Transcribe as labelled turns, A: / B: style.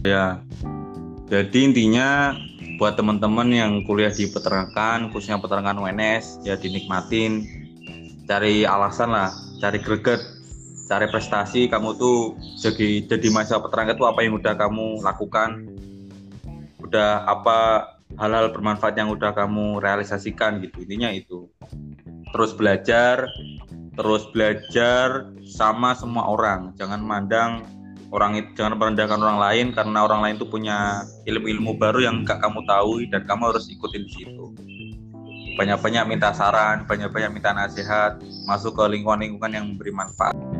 A: Ya, jadi intinya buat teman-teman yang kuliah di peternakan, khususnya peternakan UNS, ya dinikmatin, cari alasan lah, cari greget, cari prestasi. Kamu tuh jadi mahasiswa peternakan itu apa yang udah kamu lakukan, udah apa hal-hal bermanfaat yang udah kamu realisasikan gitu. Intinya itu. Terus belajar, sama semua orang. Jangan mandang orang itu, jangan merendahkan orang lain karena orang lain itu punya ilmu-ilmu baru yang gak kamu tahu dan kamu harus ikutin di situ. Banyak-banyak minta saran, banyak-banyak minta nasihat, masuk ke lingkungan-lingkungan yang memberi manfaat.